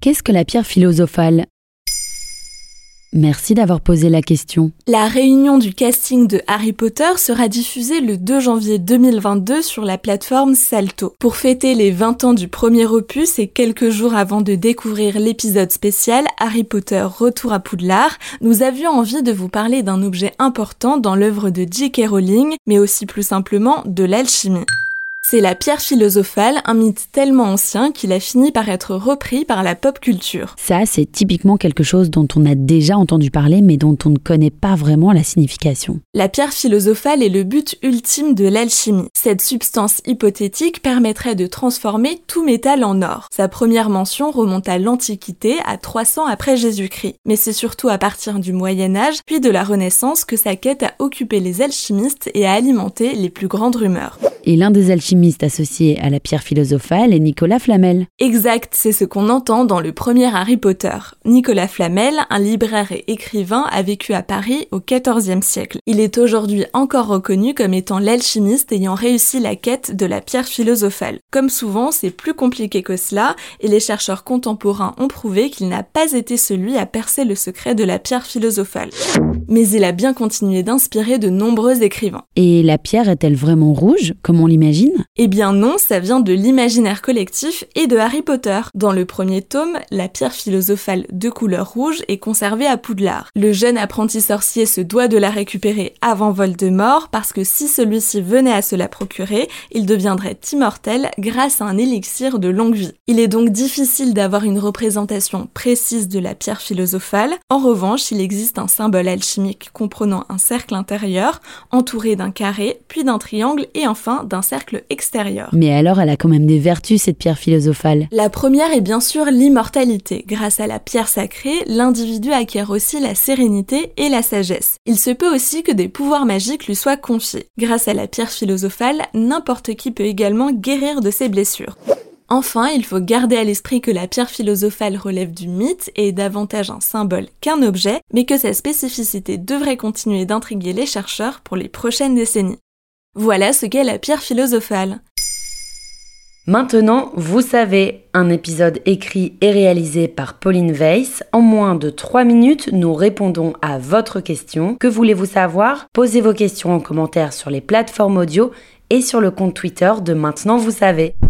qu'est-ce que la pierre philosophale ? Merci d'avoir posé la question. La réunion du casting de Harry Potter sera diffusée le 2 janvier 2022 sur la plateforme Salto. Pour fêter les 20 ans du premier opus et quelques jours avant de découvrir l'épisode spécial Harry Potter Retour à Poudlard, nous avions envie de vous parler d'un objet important dans l'œuvre de J.K. Rowling, mais aussi plus simplement de l'alchimie. C'est la pierre philosophale, un mythe tellement ancien qu'il a fini par être repris par la pop culture. Ça, c'est typiquement quelque chose dont on a déjà entendu parler, mais dont on ne connaît pas vraiment la signification. La pierre philosophale est le but ultime de l'alchimie. Cette substance hypothétique permettrait de transformer tout métal en or. Sa première mention remonte à l'Antiquité, à 300 après Jésus-Christ. Mais c'est surtout à partir du Moyen-Âge, puis de la Renaissance, que sa quête a occupé les alchimistes et a alimenté les plus grandes rumeurs. Et l'un des alchimistes associés à la pierre philosophale est Nicolas Flamel. Exact, c'est ce qu'on entend dans le premier Harry Potter. Nicolas Flamel, un libraire et écrivain, a vécu à Paris au XIVe siècle. Il est aujourd'hui encore reconnu comme étant l'alchimiste ayant réussi la quête de la pierre philosophale. Comme souvent, c'est plus compliqué que cela, et les chercheurs contemporains ont prouvé qu'il n'a pas été celui à percer le secret de la pierre philosophale. Mais il a bien continué d'inspirer de nombreux écrivains. Et la pierre est-elle vraiment rouge, comme on l'imagine ? Eh bien non, ça vient de l'imaginaire collectif et de Harry Potter. Dans le premier tome, la pierre philosophale de couleur rouge est conservée à Poudlard. Le jeune apprenti sorcier se doit de la récupérer avant Voldemort parce que si celui-ci venait à se la procurer, il deviendrait immortel grâce à un élixir de longue vie. Il est donc difficile d'avoir une représentation précise de la pierre philosophale. En revanche, il existe un symbole alchimique comprenant un cercle intérieur, entouré d'un carré, puis d'un triangle et enfin d'un cercle extérieur. Mais alors, elle a quand même des vertus, cette pierre philosophale. La première est bien sûr l'immortalité. Grâce à la pierre sacrée, l'individu acquiert aussi la sérénité et la sagesse. Il se peut aussi que des pouvoirs magiques lui soient confiés. Grâce à la pierre philosophale, n'importe qui peut également guérir de ses blessures. Enfin, il faut garder à l'esprit que la pierre philosophale relève du mythe et est davantage un symbole qu'un objet, mais que sa spécificité devrait continuer d'intriguer les chercheurs pour les prochaines décennies. Voilà ce qu'est la pierre philosophale. Maintenant, vous savez, un épisode écrit et réalisé par Pauline Weiss. En moins de 3 minutes, nous répondons à votre question. Que voulez-vous savoir ? Posez vos questions en commentaire sur les plateformes audio et sur le compte Twitter de Maintenant Vous Savez.